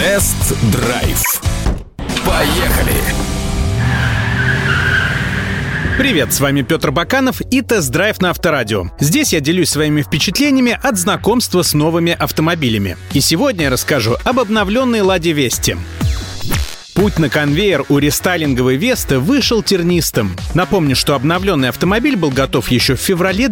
Тест-драйв. Поехали! Привет, с вами Петр Баканов и тест-драйв на Авторадио. Здесь я делюсь своими впечатлениями от знакомства с новыми автомобилями. И сегодня я расскажу об обновленной Ладе Весте. Путь на конвейер у рестайлинговой Весты вышел тернистым. Напомню, что обновленный автомобиль был готов еще в феврале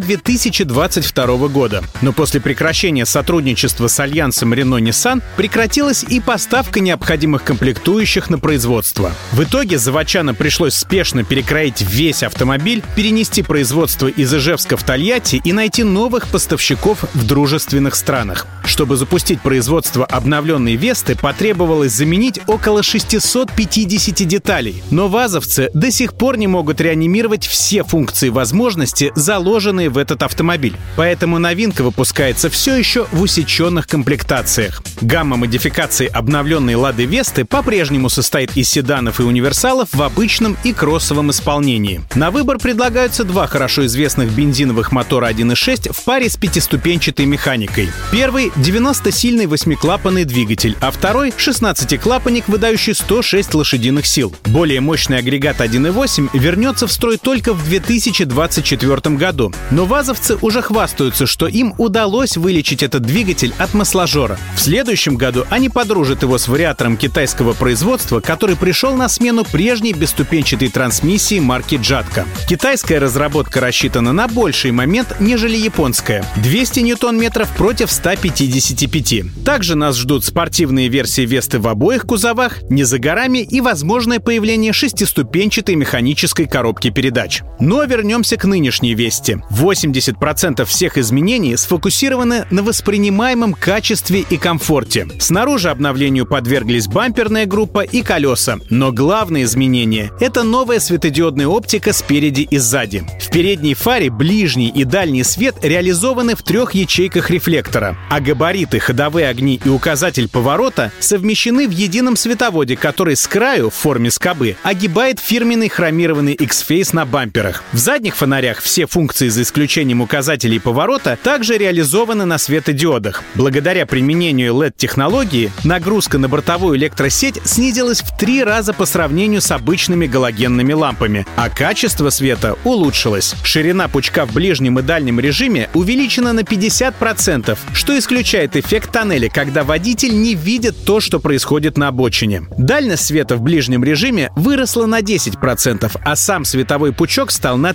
2022 года. Но после прекращения сотрудничества с альянсом Renault-Nissan прекратилась и поставка необходимых комплектующих на производство. В итоге заводчанам пришлось спешно перекроить весь автомобиль, перенести производство из Ижевска в Тольятти и найти новых поставщиков в дружественных странах. Чтобы запустить производство обновленной Весты, потребовалось заменить около 650 деталей. Но вазовцы до сих пор не могут реанимировать все функции и возможности, заложенные в этот автомобиль. Поэтому новинка выпускается все еще в усеченных комплектациях. Гамма модификаций обновленной Лады Весты по-прежнему состоит из седанов и универсалов в обычном и кроссовом исполнении. На выбор предлагаются два хорошо известных бензиновых мотора 1.6 в паре с пятиступенчатой механикой. Первый — 90-сильный восьмиклапанный двигатель, а второй — 16-клапанник, выдающий 106 лошадиных сил. Более мощный агрегат 1.8 вернется в строй только в 2024 году. Но вазовцы уже хвастаются, что им удалось вылечить этот двигатель от масложора. В следующем году они подружат его с вариатором китайского производства, который пришел на смену прежней бесступенчатой трансмиссии марки Jatco. Китайская разработка рассчитана на больший момент, нежели японская — 200 ньютон-метров против 155. Также нас ждут спортивные версии Весты в обоих кузовах, не за горами и возможное появление шестиступенчатой механической коробки передач. Но вернемся к нынешней Весте. 80% всех изменений сфокусированы на воспринимаемом качестве и комфорте. Снаружи обновлению подверглись бамперная группа и колеса. Но главное изменение — это новая светодиодная оптика спереди и сзади. В передней фаре ближний и дальний свет реализованы в 3 ячейках рефлектора, а габариты, ходовые огни и указатель поворота совмещены в едином световоде, который с краю в форме скобы огибает фирменный хромированный X-Face на бамперах. В задних фонарях все функции, за исключением указателей поворота, также реализованы на светодиодах. Благодаря применению LED-технологии нагрузка на бортовую электросеть снизилась в 3 раза по сравнению с обычными галогенными лампами, а качество света улучшилось. Ширина пучка в ближнем и дальнем режиме увеличена на 50%, что исключает эффект тоннеля, когда водитель не видит то, что происходит на обочине. Дальность света в ближнем режиме выросла на 10%, а сам световой пучок стал на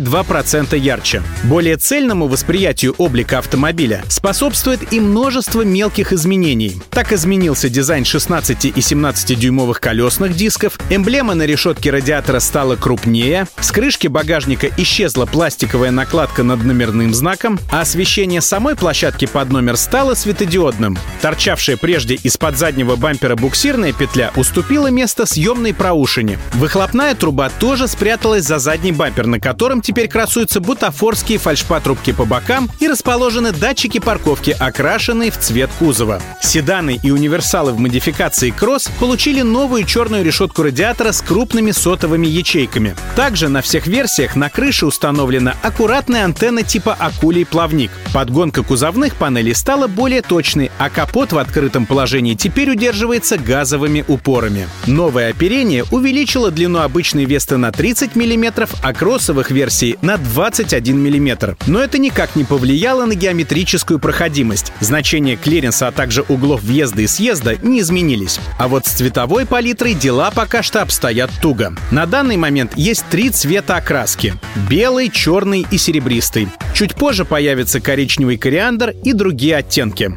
32% ярче. Более цельному восприятию облика автомобиля способствует и множество мелких изменений. Так изменился дизайн 16 и 17-дюймовых колесных дисков, эмблема на решетке радиатора стала крупнее, с крышки багажника исчезла пластиковая накладка над номерным знаком, а освещение самой площадки под номер стало светодиодным. Торчавшая прежде из-под заднего бампера буксирная петля уступила место съемной проушине. Выхлопная труба тоже спряталась за задний бампер, на котором теперь красуются бутафорские фальшпатрубки по бокам и расположены датчики парковки, окрашенные в цвет кузова. Седаны и универсалы в модификации Cross получили новую черную решетку радиатора с крупными сотовыми ячейками. Также на всех версиях на крыше установлена аккуратная антенна типа акулий плавник. Подгонка кузовных панелей стала более точной, а капот в открытом положении теперь удерживается газовыми упорами. Новое оперение увеличило длину обычной Весты на 30 мм, а кроссовых версий на 21 мм. Но это никак не повлияло на геометрическую проходимость. Значения клиренса, а также углов въезда и съезда не изменились. А вот с цветовой палитрой дела пока что обстоят туго. На данный момент есть 3 цвета окраски — белый, черный и серебристый. Чуть позже появится коричневый кориандр и другие оттенки.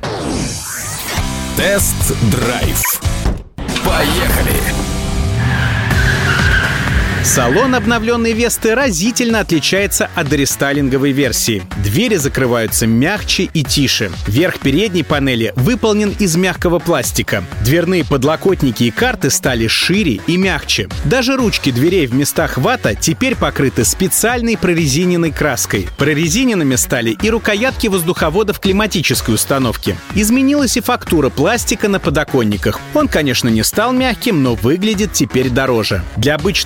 Тест-драйв. Поехали! Салон обновленной Весты разительно отличается от рестайлинговой версии. Двери закрываются мягче и тише. Верх передней панели выполнен из мягкого пластика. Дверные подлокотники и карты стали шире и мягче. Даже ручки дверей в местах хвата теперь покрыты специальной прорезиненной краской. Прорезиненными стали и рукоятки воздуховодов климатической установки. Изменилась и фактура пластика на подоконниках. Он, конечно, не стал мягким, но выглядит теперь дороже. Для обычных некроссов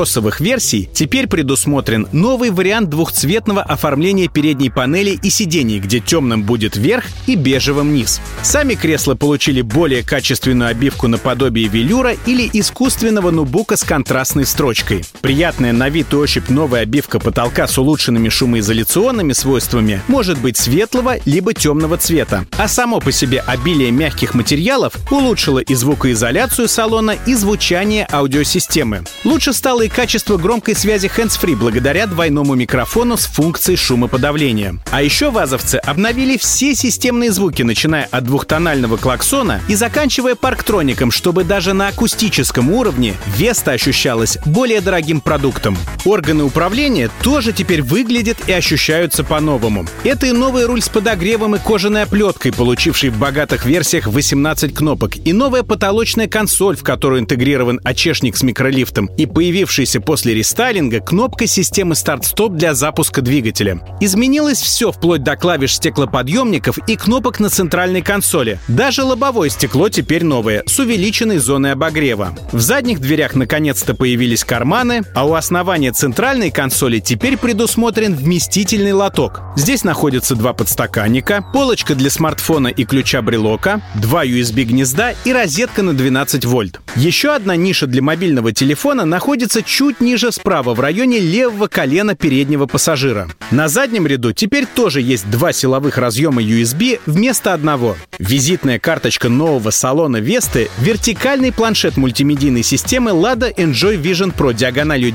кроссовых версий теперь предусмотрен новый вариант двухцветного оформления передней панели и сидений, где темным будет верх и бежевым низ. Сами кресла получили более качественную обивку наподобие велюра или искусственного нубука с контрастной строчкой. Приятная на вид и ощупь новая обивка потолка с улучшенными шумоизоляционными свойствами может быть светлого либо темного цвета, а само по себе обилие мягких материалов улучшило и звукоизоляцию салона, и звучание аудиосистемы. Лучше стало и качество громкой связи hands-free благодаря двойному микрофону с функцией шумоподавления. А еще вазовцы обновили все системные звуки, начиная от двухтонального клаксона и заканчивая парктроником, чтобы даже на акустическом уровне Веста ощущалась более дорогим продуктом. Органы управления тоже теперь выглядят и ощущаются по-новому. Это и новый руль с подогревом и кожаной оплеткой, получивший в богатых версиях 18 кнопок, и новая потолочная консоль, в которую интегрирован очешник с микролифтом, и появившаяся после рестайлинга кнопка системы старт-стоп для запуска двигателя. Изменилось все вплоть до клавиш стеклоподъемников и кнопок на центральной консоли. Даже лобовое стекло теперь новое, с увеличенной зоной обогрева. В задних дверях наконец-то появились карманы, а у основания центральной консоли теперь предусмотрен вместительный лоток. Здесь находятся два подстаканника, полочка для смартфона и ключа-брелока, два USB-гнезда и розетка на 12 вольт. Еще одна ниша для мобильного телефона находится чуть ниже справа, в районе левого колена переднего пассажира. На заднем ряду теперь тоже есть два силовых разъема USB вместо одного. Визитная карточка нового салона Весты — вертикальный планшет мультимедийной системы Lada Enjoy Vision Pro диагональю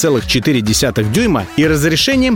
10,4 дюйма и разрешением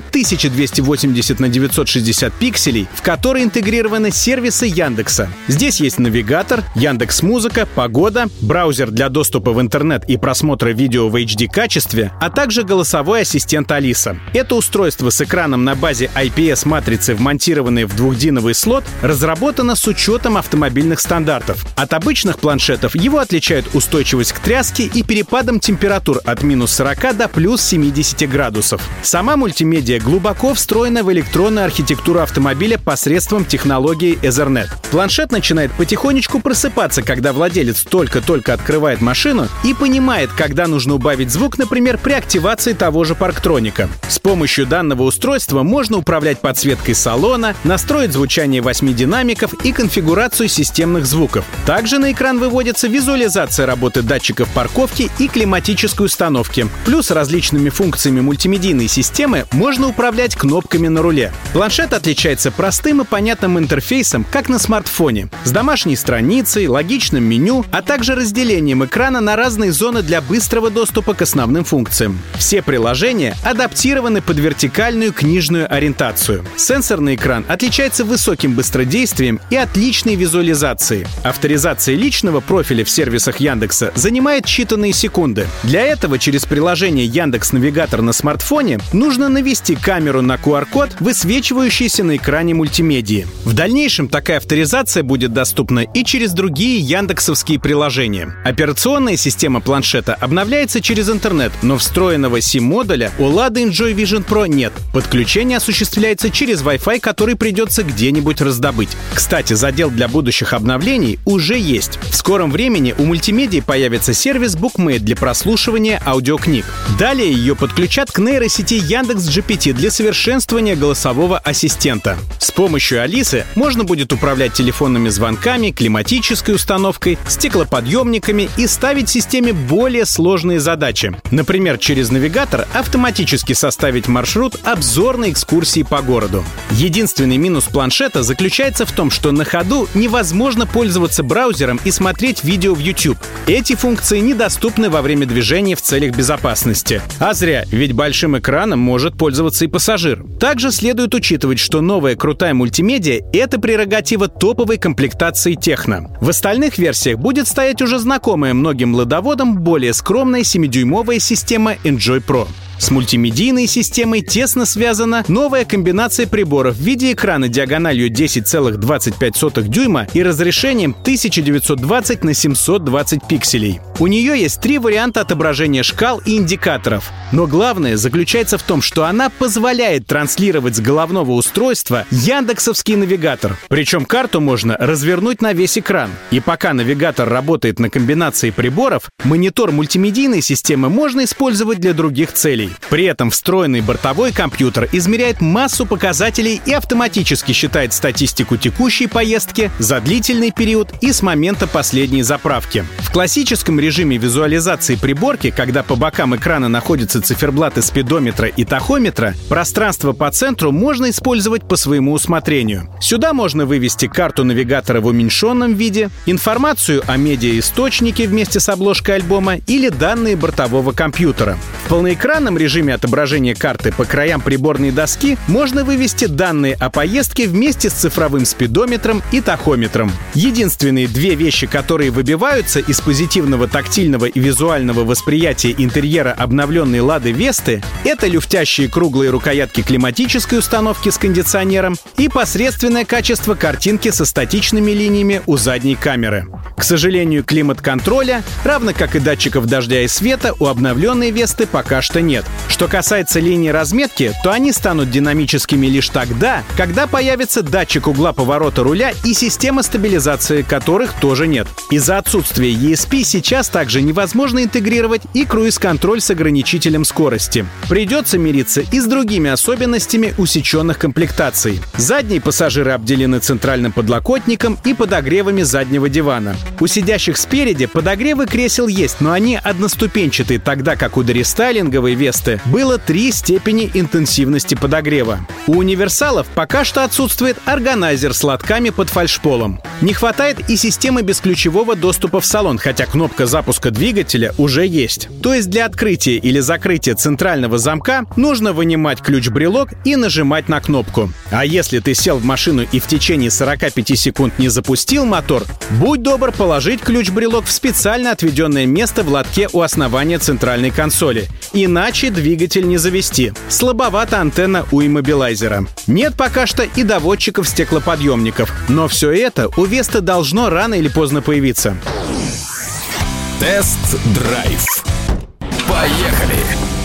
1280 на 960 пикселей, в который интегрированы сервисы Яндекса. Здесь есть навигатор, Яндекс.Музыка, погода, браузер для доступа в интернет и просмотра видео в HD-качестве, а также голосовой ассистент Алиса. Это устройство с экраном на базе IPS-матрицы, вмонтированное в двухдиновый слот, разработано с учетом автомобильных стандартов. От обычных планшетов его отличает устойчивость к тряске и перепадам температур от минус 40 до плюс 70 градусов. Сама мультимедиа глубоко встроена в электронную архитектуру автомобиля посредством технологии Ethernet. Планшет начинает потихонечку просыпаться, когда владелец только-только открывает машину и понимает, когда нужно убавить звук, например, при активации того же парктроника. С помощью данного устройства можно управлять подсветкой салона, настроить звучание 8 динамиков и конфигурацию системных звуков. Также на экран выводится визуализация работы датчиков парковки и климатической установки. Плюс различными функциями мультимедийной системы можно управлять кнопками на руле. Планшет отличается простым и понятным интерфейсом, как на смартфоне, с домашней страницей, логичным меню, а также разделением экрана на разные зоны для быстрого доступа к основным функциям. Все приложения адаптированы под вертикальную книжную ориентацию. Сенсорный экран отличается высоким быстродействием и отличной визуализацией. Авторизация личного профиля в сервисах Яндекса занимает считанные секунды. Для этого через приложение Яндекс.Навигатор на смартфоне нужно навести камеру на QR-код, высвечивающийся на экране мультимедии. В дальнейшем такая авторизация будет доступна и через другие яндексовские приложения. Операционная система планшета обновляется через интернет, но встроенного SIM-модуля у Lada Enjoy Vision Pro нет. Подключение осуществляется через Wi-Fi, который придется где-нибудь раздобыть. Кстати, задел для будущих обновлений уже есть. В скором времени у мультимедии появится сервис BookMate для прослушивания аудиокниг. Далее ее подключат к нейросети Яндекс.GPT для совершенствования голосового ассистента. С помощью Алисы можно будет управлять телефонными звонками, климатической установкой, стеклоподъемниками и ставить системе более сложные задачи. Например, через навигатор автоматически составить маршрут обзорной экскурсии по городу. Единственный минус планшета заключается в том, что на ходу невозможно пользоваться браузером и смотреть видео в YouTube. Эти функции недоступны во время движения в целях безопасности. А зря, ведь большим экраном может пользоваться и пассажир. Также следует учитывать, что новая крутая мультимедиа — это прерогатива топовой комплектации техно. В остальных версиях будет стоять уже знакомая многим ладоводам более скромная 7-дюймовая система Enjoy Pro. С мультимедийной системой тесно связана новая комбинация приборов в виде экрана диагональю 10,25 дюйма и разрешением 1920 на 720 пикселей. У нее есть 3 варианта отображения шкал и индикаторов. Но главное заключается в том, что она позволяет транслировать с головного устройства яндексовский навигатор. Причем карту можно развернуть на весь экран. И пока навигатор работает на комбинации приборов, монитор мультимедийной системы можно использовать для других целей. При этом встроенный бортовой компьютер измеряет массу показателей и автоматически считает статистику текущей поездки за длительный период и с момента последней заправки. В классическом режиме визуализации приборки, когда по бокам экрана находятся циферблаты спидометра и тахометра, пространство по центру можно использовать по своему усмотрению. Сюда можно вывести карту навигатора в уменьшенном виде, информацию о медиаисточнике вместе с обложкой альбома или данные бортового компьютера. В полноэкранном режиме отображения карты по краям приборной доски можно вывести данные о поездке вместе с цифровым спидометром и тахометром. Единственные 2 вещи, которые выбиваются из позитивного тактильного и визуального восприятия интерьера обновленной Лады Весты, это люфтящие круглые рукоятки климатической установки с кондиционером и посредственное качество картинки со статичными линиями у задней камеры. К сожалению, климат-контроля, равно как и датчиков дождя и света, у обновленной Весты пока что нет. Что касается линии разметки, то они станут динамическими лишь тогда, когда появится датчик угла поворота руля и система стабилизации, которых тоже нет. Из-за отсутствия ESP сейчас также невозможно интегрировать и круиз-контроль с ограничителем скорости. Придется мириться и с другими особенностями усеченных комплектаций. Задние пассажиры обделены центральным подлокотником и подогревами заднего дивана. У сидящих спереди подогревы кресел есть, но они одноступенчатые, тогда как у дорестайлинговой Весты было 3 степени интенсивности подогрева. У универсалов пока что отсутствует органайзер с лотками под фальшполом. Не хватает и системы бесключевого доступа в салон, хотя кнопка запуска двигателя уже есть. То есть для открытия или закрытия центрального замка нужно вынимать ключ-брелок и нажимать на кнопку. А если ты сел в машину и в течение 45 секунд не запустил мотор, будь добр положить ключ-брелок в специально отведенное место в лотке у основания центральной консоли. Иначе двигатель не завести. Слабовата антенна у иммобилайзера. Нет пока что и доводчиков стеклоподъемников. Но все это у Весты должно рано или поздно появиться. Тест-драйв. Поехали!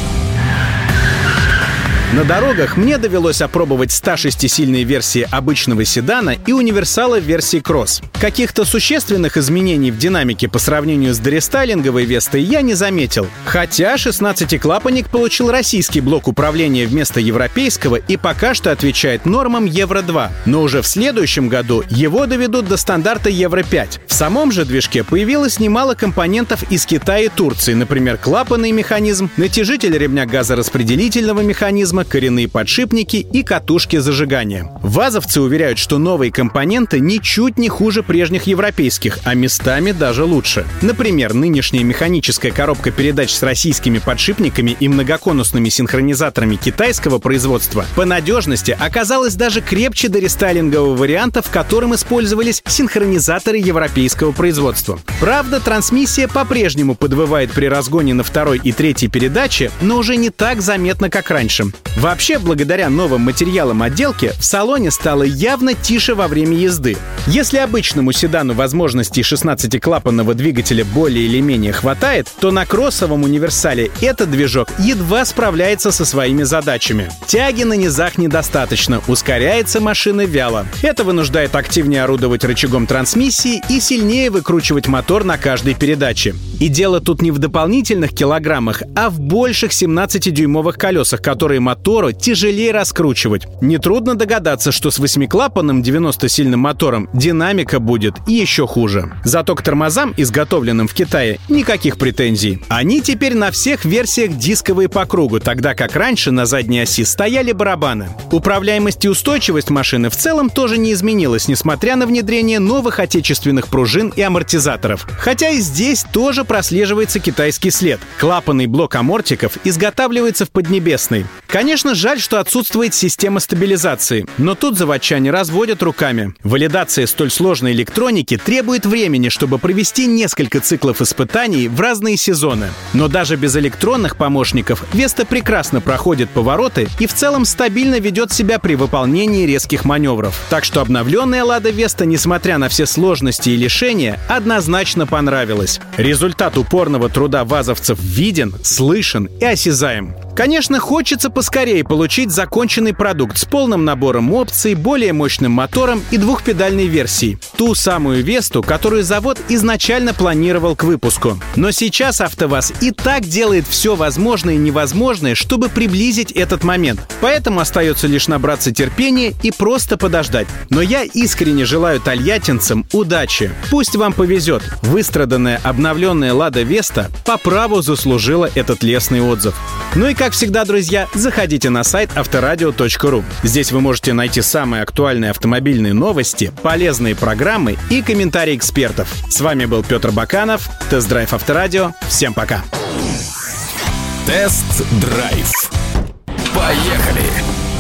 На дорогах мне довелось опробовать 106-сильные версии обычного седана и универсала в версии Cross. Каких-то существенных изменений в динамике по сравнению с дорестайлинговой Вестой я не заметил. Хотя 16-клапанник получил российский блок управления вместо европейского и пока что отвечает нормам Евро-2. Но уже в следующем году его доведут до стандарта Евро-5. В самом же движке появилось немало компонентов из Китая и Турции, например, клапанный механизм, натяжитель ремня газораспределительного механизма, коренные подшипники и катушки зажигания. Вазовцы уверяют, что новые компоненты ничуть не хуже прежних европейских, а местами даже лучше. Например, нынешняя механическая коробка передач с российскими подшипниками и многоконусными синхронизаторами китайского производства по надежности оказалась даже крепче дорестайлингового варианта, в котором использовались синхронизаторы европейского производства. Правда, трансмиссия по-прежнему подвывает при разгоне на 2-й и 3-й передаче, но уже не так заметно, как раньше. Вообще, благодаря новым материалам отделки, в салоне стало явно тише во время езды. Если обычному седану возможностей 16-клапанного двигателя более или менее хватает, то на кроссовом универсале этот движок едва справляется со своими задачами. Тяги на низах недостаточно, ускоряется машина вяло. Это вынуждает активнее орудовать рычагом трансмиссии и сильнее выкручивать мотор на каждой передаче. И дело тут не в дополнительных килограммах, а в больших 17-дюймовых колесах, которые мотору тяжелее раскручивать. Нетрудно догадаться, что с 8-клапанным 90-сильным мотором динамика будет еще хуже. Зато к тормозам, изготовленным в Китае, никаких претензий. Они теперь на всех версиях дисковые по кругу, тогда как раньше на задней оси стояли барабаны. Управляемость и устойчивость машины в целом тоже не изменилась, несмотря на внедрение новых отечественных пружин и амортизаторов. Хотя и здесь тоже прослеживается китайский след. Клапанный блок амортиков изготавливается в Поднебесной. Конечно, Конечно, жаль, что отсутствует система стабилизации, но тут заводчане разводят руками. Валидация столь сложной электроники требует времени, чтобы провести несколько циклов испытаний в разные сезоны. Но даже без электронных помощников Веста прекрасно проходит повороты и в целом стабильно ведет себя при выполнении резких маневров. Так что обновленная Лада Веста, несмотря на все сложности и лишения, однозначно понравилась. Результат упорного труда вазовцев виден, слышен и осязаем. Конечно, хочется поскорее получить законченный продукт с полным набором опций, более мощным мотором и двухпедальной версией. Ту самую Весту, которую завод изначально планировал к выпуску. Но сейчас АвтоВАЗ и так делает все возможное и невозможное, чтобы приблизить этот момент. Поэтому остается лишь набраться терпения и просто подождать. Но я искренне желаю тольяттинцам удачи. Пусть вам повезет. Выстраданная обновленная Лада Веста по праву заслужила этот лестный отзыв. Ну и как всегда, друзья, заходите на сайт авторадио.ру. Здесь вы можете найти самые актуальные автомобильные новости, полезные программы и комментарии экспертов. С вами был Петр Баканов, Тест-драйв Авторадио. Всем пока. Тест-драйв. Поехали!